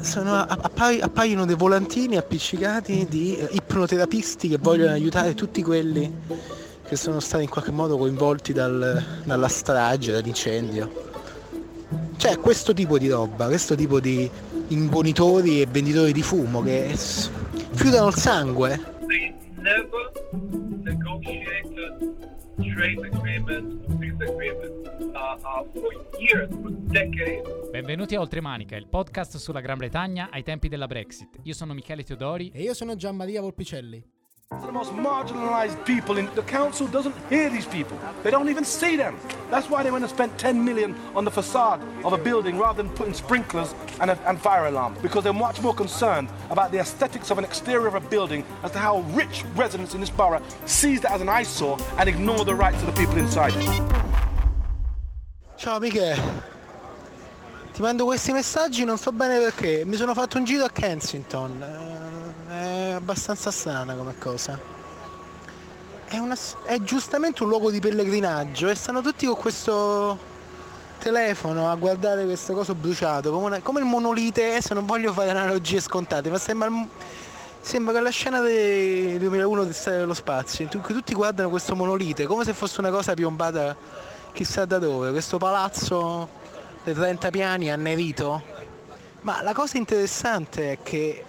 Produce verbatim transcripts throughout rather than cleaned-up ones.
sono, appai- appaiono dei volantini appiccicati di eh, ipnoterapisti che vogliono aiutare tutti quelli che sono stati in qualche modo coinvolti dal- dalla strage, dall'incendio. C'è questo tipo di roba, questo tipo di imbonitori e venditori di fumo che s- fiutano il sangue. They never negotiated trade agreements, peace agreements uh, uh, for years, for decades. Benvenuti a Oltremanica, il podcast sulla Gran Bretagna ai tempi della Brexit. Io sono Michele Teodori e io sono Gianmaria Volpicelli. The most marginalized people in the council doesn't hear these people. They don't even see them. That's why they went and spent ten million on the facade of a building rather than putting sprinklers and, a, and fire alarms, because they're much more concerned about the aesthetics of an exterior of a building as to how rich residents in this borough sees that as an eyesore and ignore the rights of the people inside it. Ciao Michele, ti mando questi messaggi, non so bene perché, mi sono fatto un giro a Kensington. È abbastanza strana come cosa. È, una, è giustamente un luogo di pellegrinaggio e stanno tutti con questo telefono a guardare questo coso bruciato come, una, come il monolite. Adesso non voglio fare analogie scontate, ma sembra, sembra che la scena del duemilauno di Storia dello Spazio, in cui tutti guardano questo monolite come se fosse una cosa piombata chissà da dove, questo palazzo dei trenta piani annerito. Ma la cosa interessante è che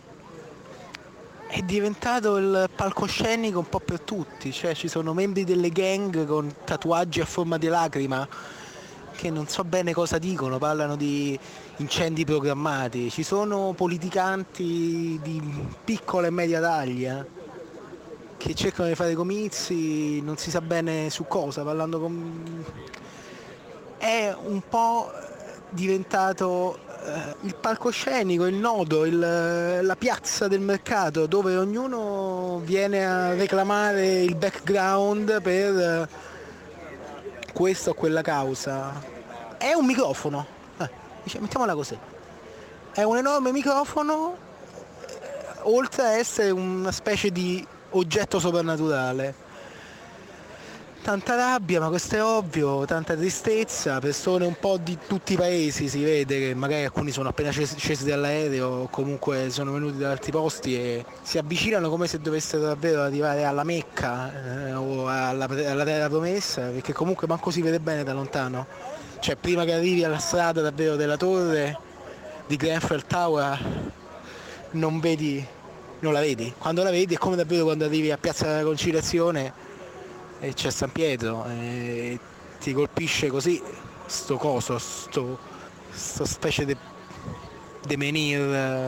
è diventato il palcoscenico un po' per tutti, cioè ci sono membri delle gang con tatuaggi a forma di lacrima che non so bene cosa dicono, parlano di incendi programmati, ci sono politicanti di piccola e media taglia che cercano di fare comizi, non si sa bene su cosa, parlando con... è un po' diventato il palcoscenico, il nodo, il, la piazza del mercato dove ognuno viene a reclamare il background per questa o quella causa. È un microfono, eh, mettiamola così, è un enorme microfono, oltre a essere una specie di oggetto soprannaturale. Tanta rabbia, ma questo è ovvio, tanta tristezza, persone un po' di tutti i paesi, si vede che magari alcuni sono appena scesi dall'aereo o comunque sono venuti da altri posti e si avvicinano come se dovessero davvero arrivare alla Mecca eh, o alla, alla terra promessa, perché comunque manco si vede bene da lontano. Cioè prima che arrivi alla strada davvero della torre di Grenfell Tower non vedi, non la vedi. Quando la vedi è come davvero quando arrivi a Piazza della Conciliazione e c'è San Pietro e ti colpisce così sto coso, sto, sto specie di de menhir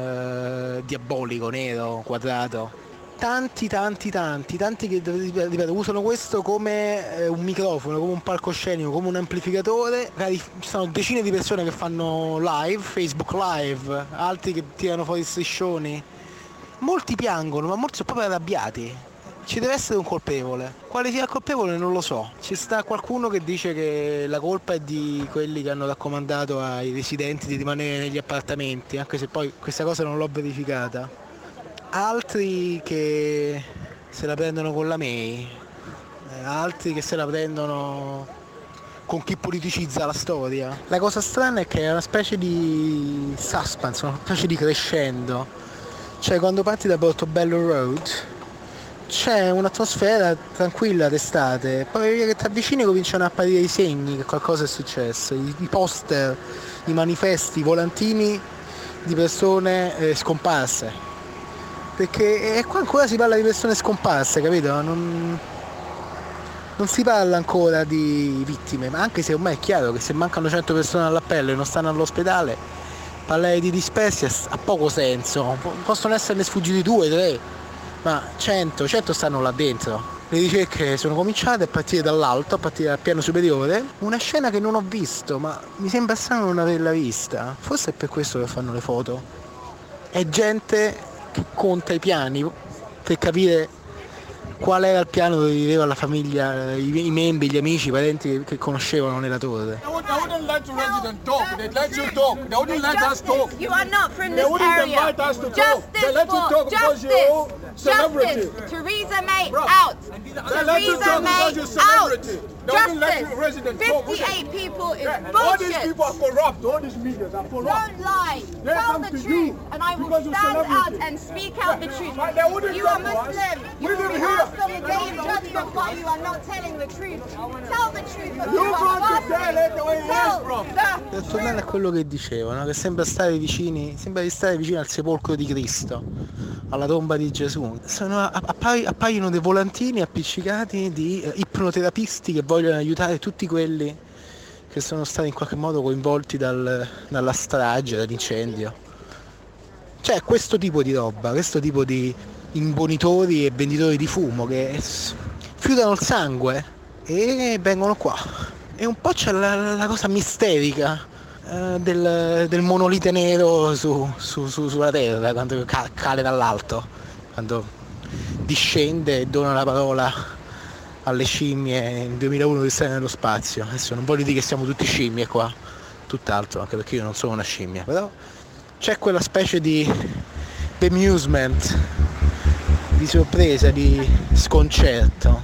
uh, diabolico, nero, quadrato. Tanti, tanti, tanti, tanti che ripeto, usano questo come eh, un microfono, come un palcoscenico, come un amplificatore. Magari ci sono decine di persone che fanno live, Facebook live, altri che tirano fuori striscioni. Molti piangono, ma molti sono proprio arrabbiati. Ci deve essere un colpevole. Quale sia il colpevole non lo so. Ci sta qualcuno che dice che la colpa è di quelli che hanno raccomandato ai residenti di rimanere negli appartamenti, anche se poi questa cosa non l'ho verificata. Altri che se la prendono con la May, altri che se la prendono con chi politicizza la storia. La cosa strana è che è una specie di suspense, una specie di crescendo. Cioè quando parti da Portobello Road c'è un'atmosfera tranquilla d'estate, poi via che ti avvicini cominciano a apparire i segni che qualcosa è successo, i, i poster, i manifesti, i volantini di persone eh, scomparse, perché eh, qua ancora si parla di persone scomparse, capito? Non, non si parla ancora di vittime, ma anche se ormai è chiaro che se mancano cento persone all'appello e non stanno all'ospedale, parlare di dispersi ha poco senso. Possono esserne sfuggiti due, tre, ma cento, cento stanno là dentro. Le ricerche sono cominciate a partire dall'alto, a partire dal piano superiore. Una scena che non ho visto, ma mi sembra strano non averla vista. Forse è per questo che fanno le foto. È gente che conta i piani per capire qual era il piano dove viveva la famiglia, i, i membri, gli amici, i parenti che conoscevano nella torre. they wouldn't let the resident talk. They let you talk. They wouldn't let us talk. You are not from They this wouldn't area. invite us to talk. Justice They let you for talk because you're justice. celebrity. Justice. Theresa May Bro, out. They let you Theresa talk May because you're out. celebrity. They wouldn't let the resident talk. would they? fifty-eight people is Yeah, bullshit. all these people are corrupt. All these media are corrupt. Don't lie. They Tell come the to truth, you and I will because you're stand out celebrity. and speak out the truth. But they wouldn't You are come to us. Muslim. You We will live be here. asked on the day of judgment why you are not telling the truth. Tell the truth. But You you go are to fasting. tell it the way it is, Tell bro. the Per tornare a quello che dicevo, no? Che sembra stare vicini, sembra di stare vicino al sepolcro di Cristo, alla tomba di Gesù. Sono, appari, appaiono dei volantini appiccicati di eh, ipnoterapisti che vogliono aiutare tutti quelli che sono stati in qualche modo coinvolti dal, dalla strage, dall'incendio. Cioè questo tipo di roba, questo tipo di imbonitori e venditori di fumo che s- fiutano il sangue e vengono qua. E un po' c'è la, la cosa misterica eh, del, del monolite nero su, su- su- sulla terra quando ca- cade dall'alto, quando discende e dona la parola alle scimmie nel duemilauno di stare nello spazio. Adesso non voglio dire che siamo tutti scimmie qua, tutt'altro, anche perché io non sono una scimmia, però c'è quella specie di bemusement, di sorpresa, di sconcerto.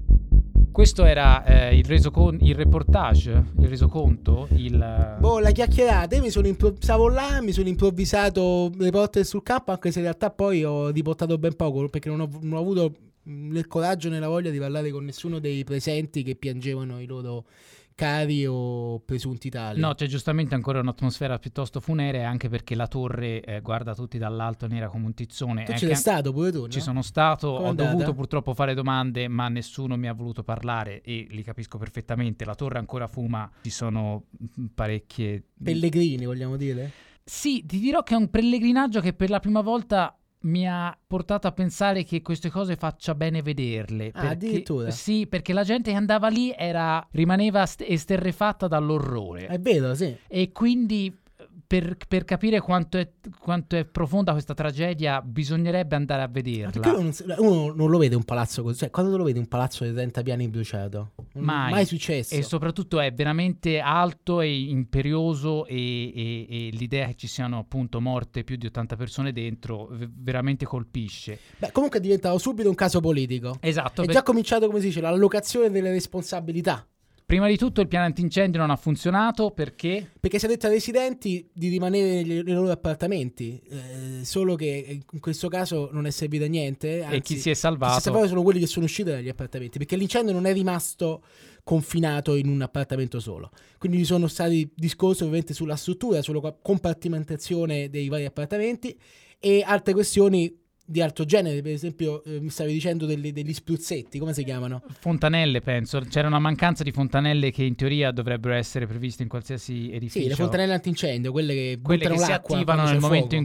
Questo era eh, il, resocon- il reportage, il resoconto, il... Boh, la chiacchierata, io mi sono impro- stavo là, mi sono improvvisato reporter sul campo, anche se in realtà poi ho riportato ben poco, perché non ho, non ho avuto mh, né il coraggio né la voglia di parlare con nessuno dei presenti che piangevano i loro cari o presunti tali. No, c'è giustamente ancora un'atmosfera piuttosto funerea, anche perché la torre eh, guarda tutti dall'alto nera come un tizzone. Tu È ci sei che- stato pure tu, no? Ci sono stato, Com'è ho andata? dovuto purtroppo fare domande, ma nessuno mi ha voluto parlare e li capisco perfettamente. La torre ancora fuma, ci sono mm, parecchie... Pellegrini, vogliamo dire? Sì, ti dirò che è un pellegrinaggio che per la prima volta mi ha portato a pensare che queste cose faccia bene vederle. Ah, perché- addirittura? Sì, perché la gente che andava lì era, rimaneva st- esterrefatta dall'orrore. È vero, sì. E quindi per, per capire quanto è, quanto è profonda questa tragedia bisognerebbe andare a vederla. Perché uno non, si- uno non lo vede un palazzo così, cioè quando lo vede un palazzo di trenta piani bruciato? Non- Mai. mai successo. E soprattutto è veramente alto e imperioso e, e- e l'idea che ci siano appunto morte più di ottanta persone dentro v- veramente colpisce. Beh, comunque è diventato subito un caso politico. Esatto. È per- già cominciato, come si dice, l'allocazione delle responsabilità. Prima di tutto il piano antincendio non ha funzionato perché... Perché si è detto ai residenti di rimanere negli- nei loro appartamenti, eh, solo che in questo caso non è servito a niente. Anzi, e chi si è chi salvato... si è salvato sono quelli che sono usciti dagli appartamenti, perché l'incendio non è rimasto confinato in un appartamento solo. Quindi ci sono stati discorsi ovviamente sulla struttura, sulla compartimentazione dei vari appartamenti e altre questioni di altro genere. Per esempio eh, mi stavi dicendo degli, degli spruzzetti, come si chiamano? Fontanelle, penso. C'era una mancanza di fontanelle che in teoria dovrebbero essere previste in qualsiasi edificio. Sì, le fontanelle antincendio, quelle che Quelle buttano che si l'acqua attivano quando nel c'è momento fuoco. in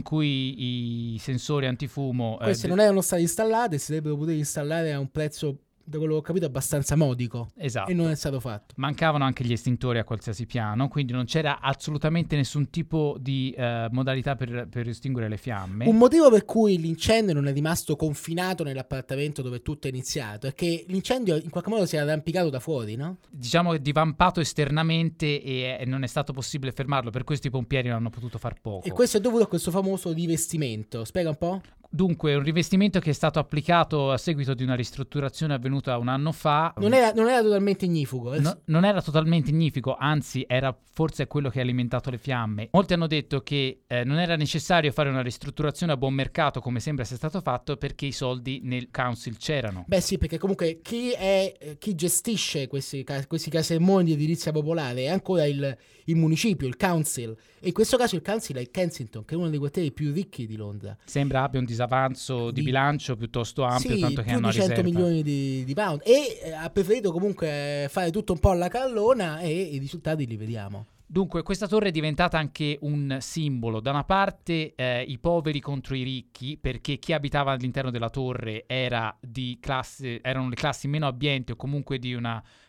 cui i sensori antifumo... eh, Queste de- non erano state installate, si dovrebbero poter installare a un prezzo, da quello che ho capito, abbastanza modico. Esatto. E non è stato fatto. Mancavano anche gli estintori a qualsiasi piano, quindi non c'era assolutamente nessun tipo di eh, modalità per, per estinguere le fiamme. Un motivo per cui l'incendio non è rimasto confinato nell'appartamento dove tutto è iniziato è che l'incendio in qualche modo si è arrampicato da fuori, no? Diciamo che divampato esternamente e, e non è stato possibile fermarlo, per questo i pompieri non hanno potuto far poco. E questo è dovuto a questo famoso rivestimento. Spiega un po'? Dunque, un rivestimento che è stato applicato a seguito di una ristrutturazione avvenuta un anno fa. Non era, non era totalmente ignifugo. eh? No- non era totalmente ignifico, anzi era forse quello che ha alimentato le fiamme. Molti hanno detto che eh, non era necessario fare una ristrutturazione a buon mercato come sembra sia stato fatto perché i soldi nel council c'erano. Beh sì, perché comunque chi, è, eh, chi gestisce questi, ca- questi casermoni di edilizia popolare è ancora il, il municipio, il council. E in questo caso il council è il Kensington, che è uno dei quartieri più ricchi di Londra. Sembra abbia un disavanzo di, Di- bilancio piuttosto ampio, Sì, tanto che più hanno di cento riserva. milioni di, di pound. E eh, ha preferito comunque fare tutto un po' alla callona e i risultati li vediamo. Dunque, questa torre è diventata anche un simbolo. Da una parte eh, i poveri contro i ricchi, perché chi abitava all'interno della torre era di classe, erano le classi meno abbienti o comunque di una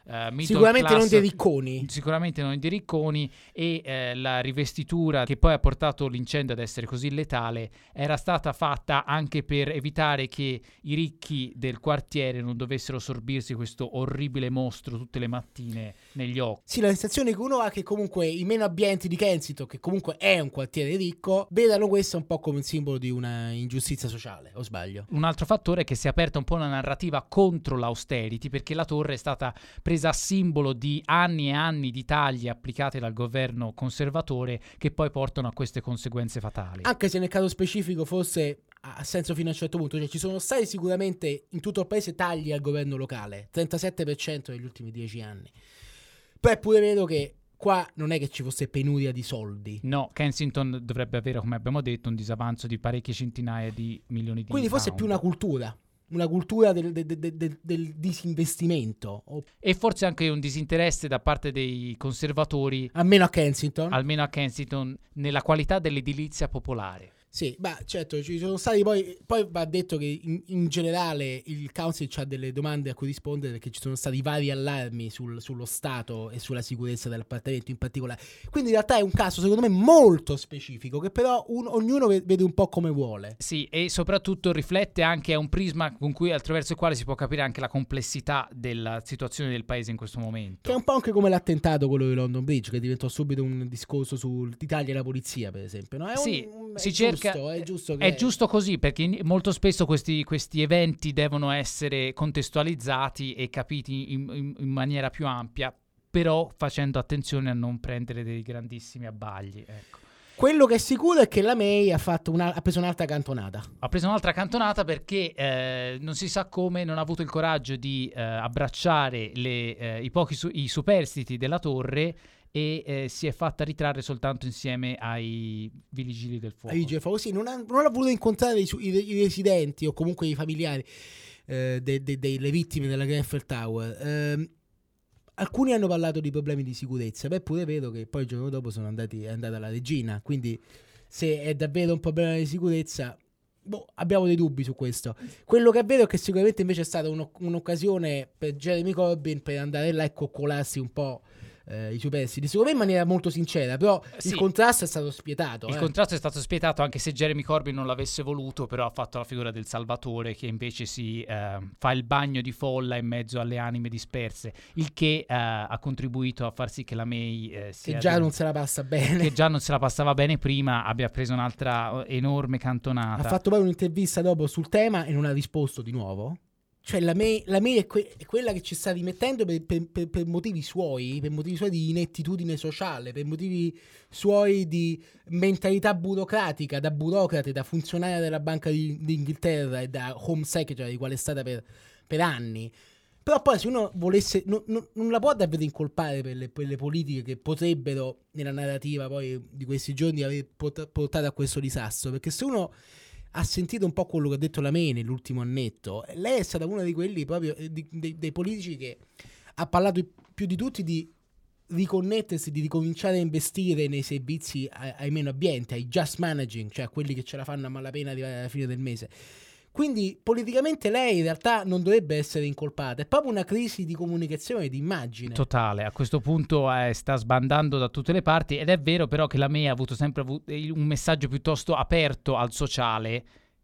uh, middle Sicuramente class, non dei ricconi. Sicuramente non dei ricconi, e eh, la rivestitura che poi ha portato l'incendio ad essere così letale era stata fatta anche per evitare che i ricchi del quartiere non dovessero sorbirsi questo orribile mostro tutte le mattine negli occhi. Sì, la sensazione che uno ha che comunque i meno abbienti di Kensington, che comunque è un quartiere ricco, vedano questo un po' come un simbolo di una ingiustizia sociale, o sbaglio? Un altro fattore è che si è aperta un po' una narrativa contro l'austerity, perché la torre è stata presa a simbolo di anni e anni di tagli applicati dal governo conservatore che poi portano a queste conseguenze fatali. Anche se nel caso specifico forse ha senso fino a un certo punto, cioè ci sono stati sicuramente in tutto il paese tagli al governo locale, trentasette per cento negli ultimi dieci anni. Poi è pure vero che qua non è che ci fosse penuria di soldi. No, Kensington dovrebbe avere, come abbiamo detto, un disavanzo di parecchie centinaia di milioni di Quindi forse è pound. più una cultura, una cultura del, del, del, del, del disinvestimento. E forse anche un disinteresse da parte dei conservatori, Almeno a Kensington. almeno a Kensington, nella qualità dell'edilizia popolare. Sì, ma certo, ci sono stati poi, poi va detto che in, in generale il Council ha delle domande a cui rispondere, perché ci sono stati vari allarmi sul, sullo stato e sulla sicurezza dell'appartamento in particolare. Quindi in realtà è un caso secondo me molto specifico, che però un, ognuno vede un po' come vuole. Sì, e soprattutto riflette anche, è un prisma con cui, attraverso il quale si può capire anche la complessità della situazione del paese in questo momento. Che è un po' anche come l'attentato, quello di London Bridge, che diventò subito un discorso sull'Italia e la polizia, per esempio. No? È Sì, un, si è cerca, giusto, è giusto che è giusto così, perché in- molto spesso questi, questi eventi devono essere contestualizzati e capiti in, in- in maniera più ampia, però facendo attenzione a non prendere dei grandissimi abbagli, ecco. Quello che è sicuro è che la May ha, fatto una, ha preso un'altra cantonata. Ha preso un'altra cantonata perché eh, non si sa come non ha avuto il coraggio di eh, abbracciare le, eh, i pochi su- i superstiti della torre, e eh, si è fatta ritrarre soltanto insieme ai vigili del fuoco. Ai vigili del fuoco, sì, non ha, non ha voluto incontrare i, su- i- i residenti o comunque i familiari eh, de- de- delle vittime della Grenfell Tower. Ehm, alcuni hanno parlato di problemi di sicurezza, beh, è pure vero che poi il giorno dopo sono andati, è andata la regina, quindi se è davvero un problema di sicurezza, boh, abbiamo dei dubbi su questo. Quello che è vero è che sicuramente invece è stata uno- un'occasione per Jeremy Corbyn per andare là e coccolarsi un po' eh, i superstiti, secondo me in maniera molto sincera, però Sì. il contrasto è stato spietato. Il eh. contrasto è stato spietato, anche se Jeremy Corbyn non l'avesse voluto, però ha fatto la figura del salvatore che invece si eh, fa il bagno di folla in mezzo alle anime disperse, il che eh, ha contribuito a far sì che la May eh, che sia già del- non se la passa bene. che già non se la passava bene prima, abbia preso un'altra eh, enorme cantonata. Ha fatto poi un'intervista dopo sul tema e non ha risposto di nuovo. Cioè la May, la May è, que- è quella che ci sta rimettendo per, per- per- per motivi suoi, per motivi suoi di inettitudine sociale, per motivi suoi di mentalità burocratica, da burocrate, da funzionaria della Banca di- d'Inghilterra e da Home Secretary, quale è stata per, per anni. Però poi se uno volesse, no- no- non la può davvero incolpare per le, per le politiche che potrebbero, nella narrativa poi di questi giorni, aver pot- portato a questo disastro, perché se uno ha sentito un po' quello che ha detto la May nell'ultimo annetto, lei è stata una di quelli proprio eh, di- dei, dei politici che ha parlato più di tutti di riconnettersi, di ricominciare a investire nei servizi ai, ai meno abbienti, ai just managing, cioè a quelli che ce la fanno a malapena arrivare alla fine del mese. Quindi politicamente lei in realtà non dovrebbe essere incolpata, è proprio una crisi di comunicazione, di immagine. Totale, a questo punto eh, sta sbandando da tutte le parti, ed è vero però che la May ha avuto sempre avu- un messaggio piuttosto aperto al sociale,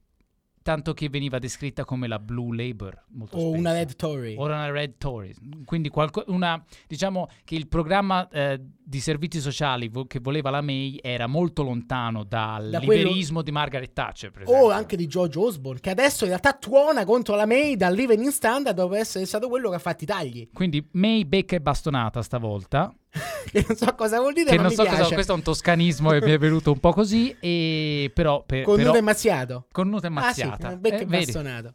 tanto che veniva descritta come la Blue Labour molto O spesso. una Red Tory. O una Red Tory. Quindi qualco- una, diciamo che il programma eh, di servizi sociali vo- che voleva la May era molto lontano dal Da quello- liberismo di Margaret Thatcher, per esempio. O anche di George Osborne, che adesso in realtà tuona contro la May dal Living Standard dopo essere stato quello che ha fatto i tagli. Quindi May becca e bastonata stavolta. Che non so cosa vuol dire, Che ma non mi so piace. cosa, questo è un toscanismo e mi è venuto un po' così, e però per, Con però, nudo e mazziato. cornuta e Ah sì, mazziata. becco Eh, e vedi? bastonato.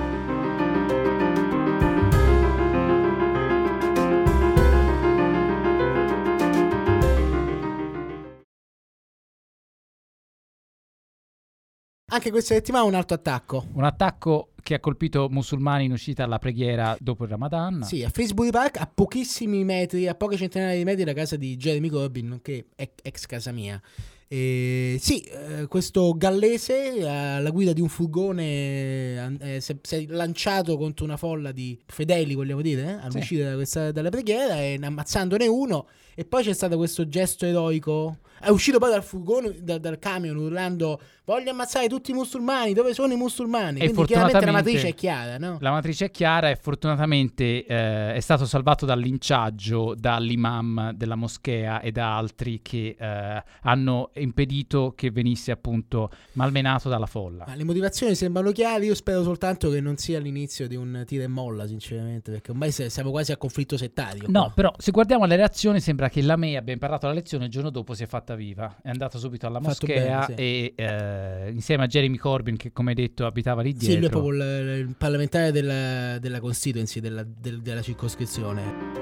Anche questa settimana un altro attacco. Un attacco che ha colpito musulmani in uscita alla preghiera dopo il Ramadan. Sì, a Finsbury Park, a pochissimi metri, a poche centinaia di metri da casa di Jeremy Corbyn, che è ex casa mia. E sì, eh, questo gallese alla guida di un furgone eh, si, è, si è lanciato contro una folla di fedeli, vogliamo dire, eh, all'uscita Sì. da questa, dalla preghiera, e ammazzandone uno. E poi c'è stato questo gesto eroico. È uscito poi dal furgone, da, dal camion, urlando: voglio ammazzare tutti i musulmani, dove sono i musulmani? E Quindi chiaramente la fortunatamente- matrice è chiara, no? La matrice è chiara e fortunatamente eh, è stato salvato dal linciaggio dall'imam della moschea e da altri che eh, hanno impedito che venisse appunto malmenato dalla folla. Ma le motivazioni sembrano chiare, io spero soltanto che non sia l'inizio di un tira e molla, sinceramente, perché ormai se- siamo quasi a conflitto settario. No, qua. però se guardiamo le reazioni sembra che la May abbia imparato la lezione, il giorno dopo si è fatta viva, è andato subito alla Fatto moschea bene, sì. e eh, insieme a Jeremy Corbyn, che come detto abitava lì Sì, lui è dietro. proprio il, il parlamentare della, della constituency, della, del- della circoscrizione.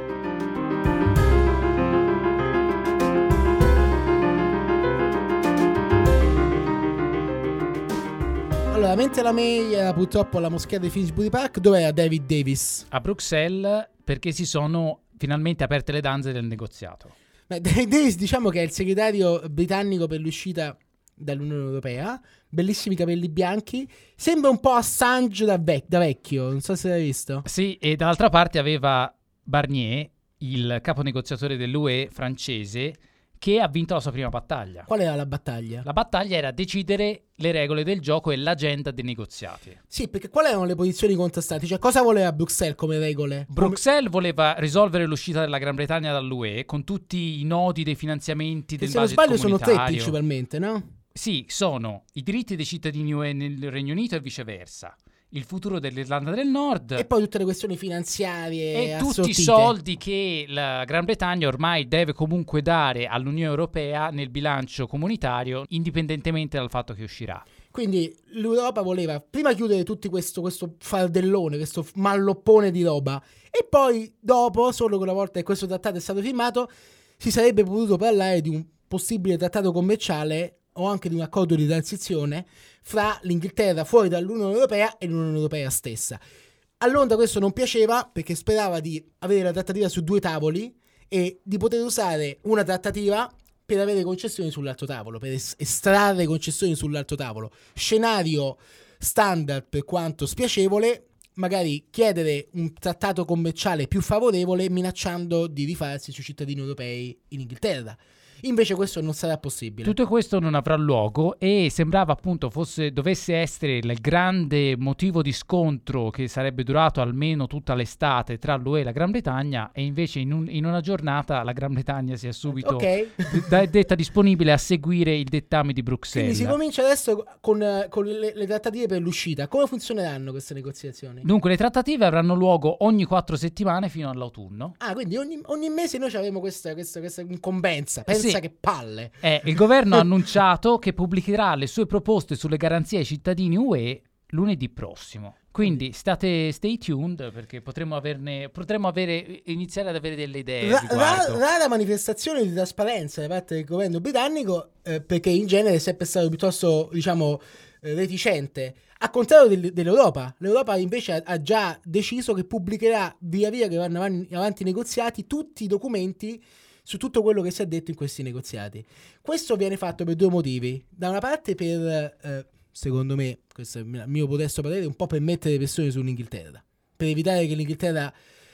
Allora, mentre la May era purtroppo alla moschea di Finsbury Park, dove era David Davis? A Bruxelles, perché si sono finalmente aperte le danze del negoziato. Beh, David Davis, diciamo che è il segretario britannico per l'uscita dall'Unione Europea, bellissimi capelli bianchi, sembra un po' Assange da, vec- da vecchio, non so se l'hai visto. Sì, e dall'altra parte aveva Barnier, il capo negoziatore dell'U E francese, che ha vinto la sua prima battaglia. Qual era la battaglia? La battaglia era decidere le regole del gioco e l'agenda dei negoziati. Sì, perché quali erano le posizioni contrastanti? Cioè, cosa voleva Bruxelles come regole? Bruxelles voleva risolvere l'uscita della Gran Bretagna dall'U E con tutti i nodi dei finanziamenti Che del se non budget sbaglio sono tre comunitario. principalmente, no? Sì, sono i diritti dei cittadini U E nel Regno Unito e viceversa, il futuro dell'Irlanda del Nord E poi tutte le questioni finanziarie e tutti i assortite. soldi che la Gran Bretagna ormai deve comunque dare all'Unione Europea nel bilancio comunitario, indipendentemente dal fatto che uscirà. Quindi l'Europa voleva prima chiudere tutto questo, questo fardellone, questo malloppone di roba, e poi dopo, solo una volta che questo trattato è stato firmato, si sarebbe potuto parlare di un possibile trattato commerciale o anche di un accordo di transizione fra l'Inghilterra fuori dall'Unione Europea e l'Unione Europea stessa. A Londra questo non piaceva, perché sperava di avere la trattativa su due tavoli e di poter usare una trattativa per avere concessioni sull'altro tavolo, per es- estrarre concessioni sull'altro tavolo. Scenario standard per quanto spiacevole, magari chiedere un trattato commerciale più favorevole minacciando di rifarsi sui cittadini europei in Inghilterra. Invece questo non sarà possibile. Tutto questo non avrà luogo e sembrava appunto fosse, dovesse essere il grande motivo di scontro che sarebbe durato almeno tutta l'estate tra l'U E e la Gran Bretagna, e invece in, un- in una giornata la Gran Bretagna si è subito Ok. d- da- detta disponibile a seguire il dettame di Quindi Bruxelles. si comincia adesso con, eh, con le, le trattative per l'uscita. Come funzioneranno queste negoziazioni? Dunque le trattative avranno luogo ogni quattro settimane fino all'autunno. Ah, quindi ogni, ogni mese noi avremo questa, questa, questa incombenza. Pensa Sì. che palle. Eh, il governo ha annunciato che pubblicherà le sue proposte sulle garanzie ai cittadini U E lunedì prossimo. Quindi state stay tuned, perché potremmo averne potremmo avere iniziare ad avere delle idee Ra- a riguardo. ra- rara manifestazione di trasparenza da parte del governo britannico, eh, perché in genere è sempre stato piuttosto, diciamo, eh, reticente. A contrario del- dell'Europa. L'Europa invece ha, ha già deciso che pubblicherà via via che vanno avanti, avanti i negoziati tutti i documenti su tutto quello che si è detto in questi negoziati. Questo viene fatto per due motivi. Da una parte per, eh, secondo me, questo è il mio modesto parere, un po' per mettere pressione sull'Inghilterra, per evitare che l'Inghilterra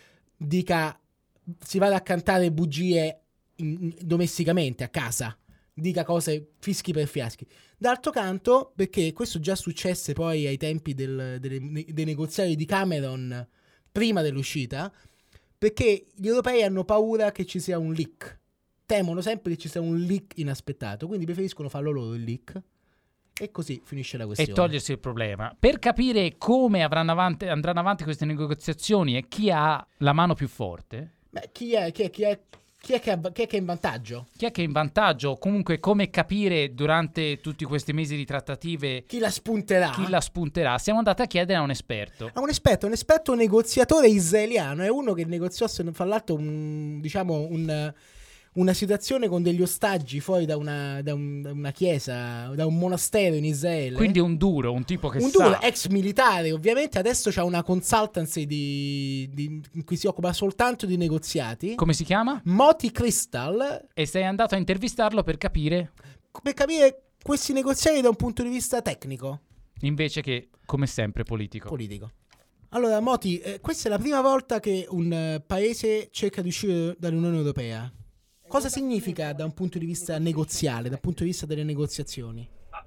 dica, si vada a cantare bugie in- in- domesticamente a casa, dica cose fischi per fiaschi. D'altro canto, perché questo già successe poi ai tempi del- delle- dei negoziati di Cameron prima dell'uscita, perché gli europei hanno paura che ci sia un leak, temono sempre che ci sia un leak inaspettato, quindi preferiscono farlo loro il leak, e così finisce la E questione. togliersi il problema. Per capire come avranno avanti, andranno avanti queste negoziazioni e chi ha la mano più forte, Beh, chi è, chi è, chi è, chi è, che, ha- chi è che è in vantaggio? chi è che è in vantaggio, o comunque come capire durante tutti questi mesi di trattative Chi la spunterà? chi la spunterà, siamo andati a chiedere a un esperto. A un esperto, un esperto negoziatore israeliano, è uno che negoziò, se non fa l'altro, un, diciamo, un, una situazione con degli ostaggi fuori da una, da un- da una chiesa, da un monastero in Israele. Quindi un duro, un tipo che un sa. duro, ex militare, ovviamente, adesso c'ha una consultancy di, di- in cui si occupa soltanto di negoziati. Come si chiama? Moti Crystal, E sei andato a intervistarlo per capire. per capire questi negoziati da un punto di vista tecnico. Invece che, come sempre, politico. Politico. Allora, Moti, eh, questa è la prima volta che un uh, paese cerca di uscire dall'Unione Europea. Cosa significa da un punto di vista negoziale, dal punto di vista delle negoziazioni?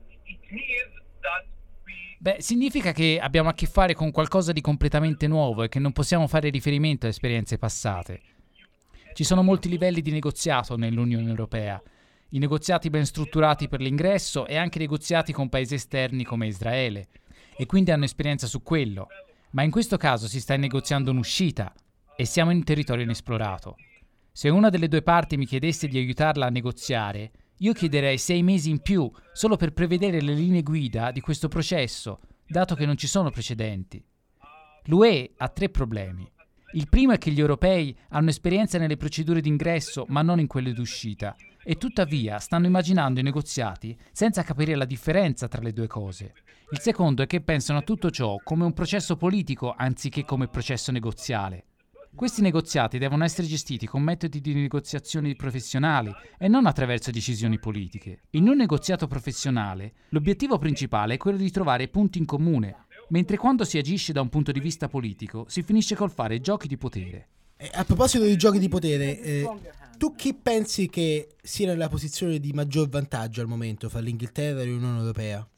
Beh, significa che abbiamo a che fare con qualcosa di completamente nuovo e che non possiamo fare riferimento a esperienze passate. Ci sono molti livelli di negoziato nell'Unione Europea. I negoziati ben strutturati per l'ingresso e anche negoziati con paesi esterni come Israele. E quindi hanno esperienza su quello. Ma in questo caso si sta negoziando un'uscita e siamo in territorio inesplorato. Se una delle due parti mi chiedesse di aiutarla a negoziare, io chiederei sei mesi in più solo per prevedere le linee guida di questo processo, dato che non ci sono precedenti. L'U E ha tre problemi. Il primo è che gli europei hanno esperienza nelle procedure d'ingresso ma non in quelle d'uscita e tuttavia stanno immaginando i negoziati senza capire la differenza tra le due cose. Il secondo è che pensano a tutto ciò come un processo politico anziché come processo negoziale. Questi negoziati devono essere gestiti con metodi di negoziazione professionali e non attraverso decisioni politiche. In un negoziato professionale, l'obiettivo principale è quello di trovare punti in comune, mentre quando si agisce da un punto di vista politico si finisce col fare giochi di potere. Eh, a proposito di giochi di potere, eh, tu chi pensi che sia nella posizione di maggior vantaggio al momento fra l'Inghilterra e l'Unione Europea?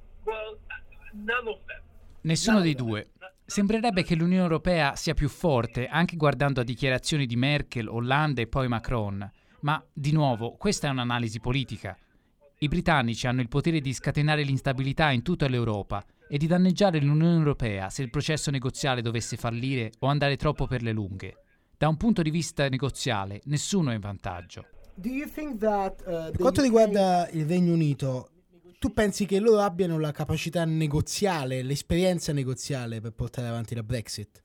Nessuno dei due. Sembrerebbe che l'Unione Europea sia più forte, anche guardando a dichiarazioni di Merkel, Hollande e poi Macron. Ma, di nuovo, questa è un'analisi politica. I britannici hanno il potere di scatenare l'instabilità in tutta l'Europa e di danneggiare l'Unione Europea se il processo negoziale dovesse fallire o andare troppo per le lunghe. Da un punto di vista negoziale, nessuno è in vantaggio. Per quanto riguarda il Regno Unito, tu pensi che loro abbiano la capacità negoziale, l'esperienza negoziale per portare avanti la Brexit?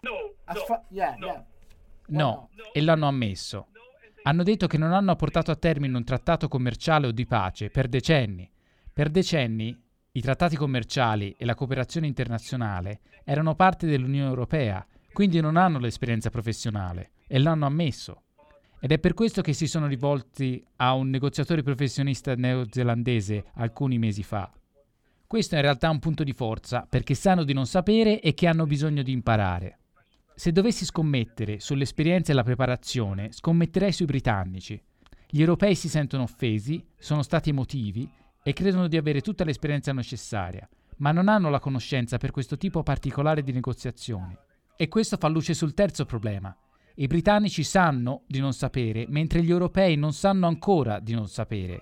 No, e l'hanno ammesso. Hanno detto che non hanno portato a termine un trattato commerciale o di pace per decenni. Per decenni i trattati commerciali e la cooperazione internazionale erano parte dell'Unione Europea, quindi non hanno l'esperienza professionale, e l'hanno ammesso. Ed è per questo che si sono rivolti a un negoziatore professionista neozelandese alcuni mesi fa. Questo è in realtà un punto di forza, perché sanno di non sapere e che hanno bisogno di imparare. Se dovessi scommettere sull'esperienza e la preparazione, scommetterei sui britannici. Gli europei si sentono offesi, sono stati emotivi e credono di avere tutta l'esperienza necessaria, ma non hanno la conoscenza per questo tipo particolare di negoziazioni. E questo fa luce sul terzo problema. I britannici sanno di non sapere, mentre gli europei non sanno ancora di non sapere.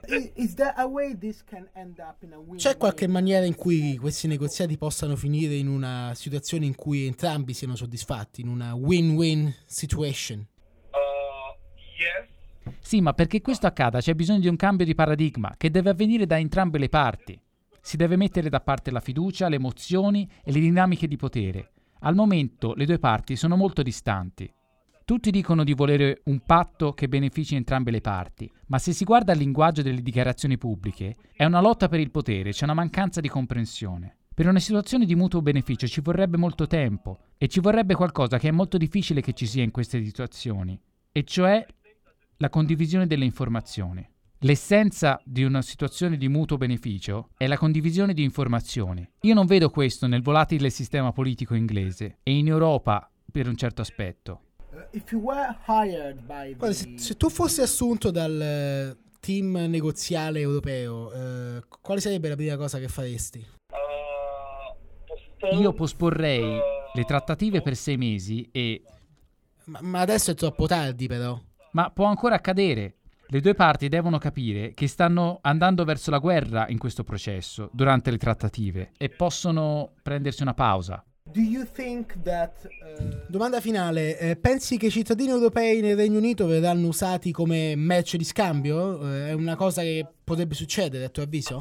C'è qualche maniera in cui questi negoziati possano finire in una situazione in cui entrambi siano soddisfatti, in una win-win situation? Uh, yes. Sì, ma perché questo accada c'è bisogno di un cambio di paradigma che deve avvenire da entrambe le parti. Si deve mettere da parte la fiducia, le emozioni e le dinamiche di potere. Al momento le due parti sono molto distanti. Tutti dicono di volere un patto che benefici entrambe le parti, ma se si guarda il linguaggio delle dichiarazioni pubbliche, è una lotta per il potere, c'è una mancanza di comprensione. Per una situazione di mutuo beneficio ci vorrebbe molto tempo, e ci vorrebbe qualcosa che è molto difficile che ci sia in queste situazioni, e cioè la condivisione delle informazioni. L'essenza di una situazione di mutuo beneficio è la condivisione di informazioni. Io non vedo questo nel volatile sistema politico inglese, e in Europa per un certo aspetto. Guarda, se, se tu fossi assunto dal uh, team negoziale europeo, uh, quale sarebbe la prima cosa che faresti? Uh, Io posporrei le trattative per sei mesi e... Ma, ma adesso è troppo tardi, però. Ma può ancora accadere. Le due parti devono capire che stanno andando verso la guerra in questo processo, durante le trattative, e possono prendersi una pausa. Do you think that, uh... Domanda finale, eh, pensi che i cittadini europei nel Regno Unito verranno usati come merce di scambio? Eh, è una cosa che potrebbe succedere, a tuo avviso?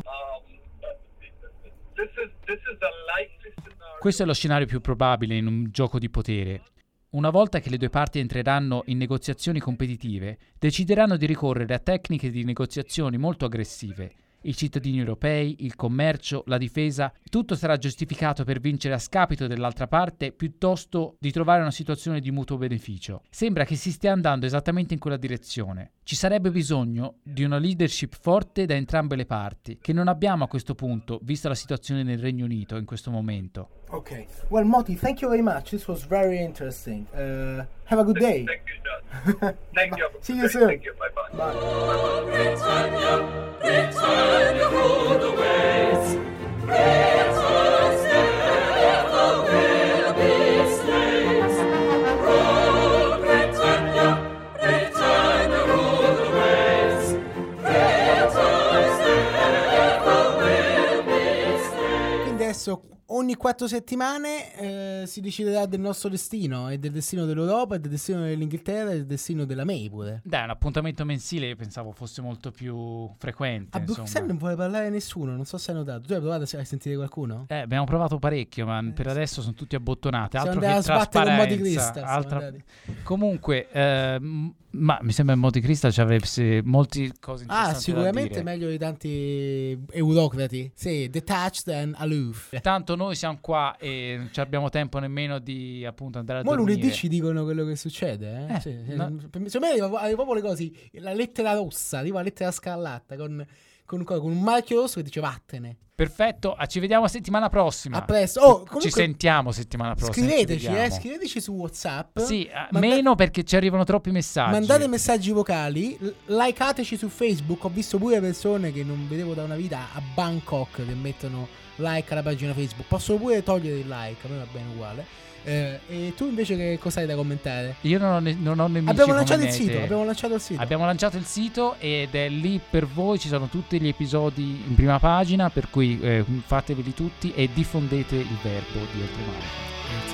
This is, this is the likely scenario. Questo è lo scenario più probabile in un gioco di potere. Una volta che le due parti entreranno in negoziazioni competitive, decideranno di ricorrere a tecniche di negoziazioni molto aggressive i cittadini europei, il commercio, la difesa, tutto sarà giustificato per vincere a scapito dell'altra parte piuttosto di trovare una situazione di mutuo beneficio. Sembra che si stia andando esattamente in quella direzione. Ci sarebbe bisogno di una leadership forte da entrambe le parti, che non abbiamo a questo punto, vista la situazione nel Regno Unito in questo momento. Okay. Well, Moti, thank you very much. This was very interesting. Uh, have a good day. Thank you, John. Thank you. See you soon. Thank you. Bye-bye. Bye. Britannia, Britannia, rule the waves. Britain's never will be slaves. Rule Britannia, Britannia, rule the waves. Britain's never will be slaves. Quindi adesso ogni quattro settimane eh, si deciderà del nostro destino e del destino dell'Europa e del destino dell'Inghilterra e del destino della May pure. Dai, un appuntamento mensile io pensavo fosse molto più frequente. A insomma. Bruxelles non vuole parlare nessuno, non so se hai notato. Tu hai provato a sentire qualcuno? Eh, abbiamo provato parecchio, ma per adesso sono tutti abbottonati. Siamo Altro andati che a sbattere con Moti trasparenza. Crista, altra- siamo andati. Comunque, ehm, ma mi sembra che Moti Crista ci avesse molte cose interessanti Ah, da sicuramente dire. meglio di tanti eurocrati. Sì, detached and aloof. Tanto noi siamo qua e non ci abbiamo tempo nemmeno di appunto andare a Ma dormire. lunedì ci dicono quello che succede, eh? Eh, Sì, sì. no. Per me- Secondo me arriva, arriva proprio le cose, la lettera rossa, arriva la lettera scarlatta con, con, con un marchio rosso che dice vattene. Perfetto, ah, ci vediamo settimana prossima. A presto. Oh, Ci comunque, sentiamo settimana prossima. ci Scriveteci, eh, vediamo. scriveteci su WhatsApp. Sì, eh, Manda- meno perché ci arrivano troppi messaggi. Mandate messaggi vocali, l- likeateci su Facebook. Ho visto pure persone che non vedevo da una vita a Bangkok che mettono like alla pagina Facebook. Possono pure togliere il like, a me va bene uguale. Eh, e tu invece che cosa hai da commentare? Io non ho, ne- non ho nemici Abbiamo come lanciato il niente. sito, abbiamo lanciato il sito. Abbiamo lanciato il sito ed è lì per voi, ci sono tutti gli episodi in prima pagina, per cui eh, fateveli tutti e diffondete il verbo di Oltremare.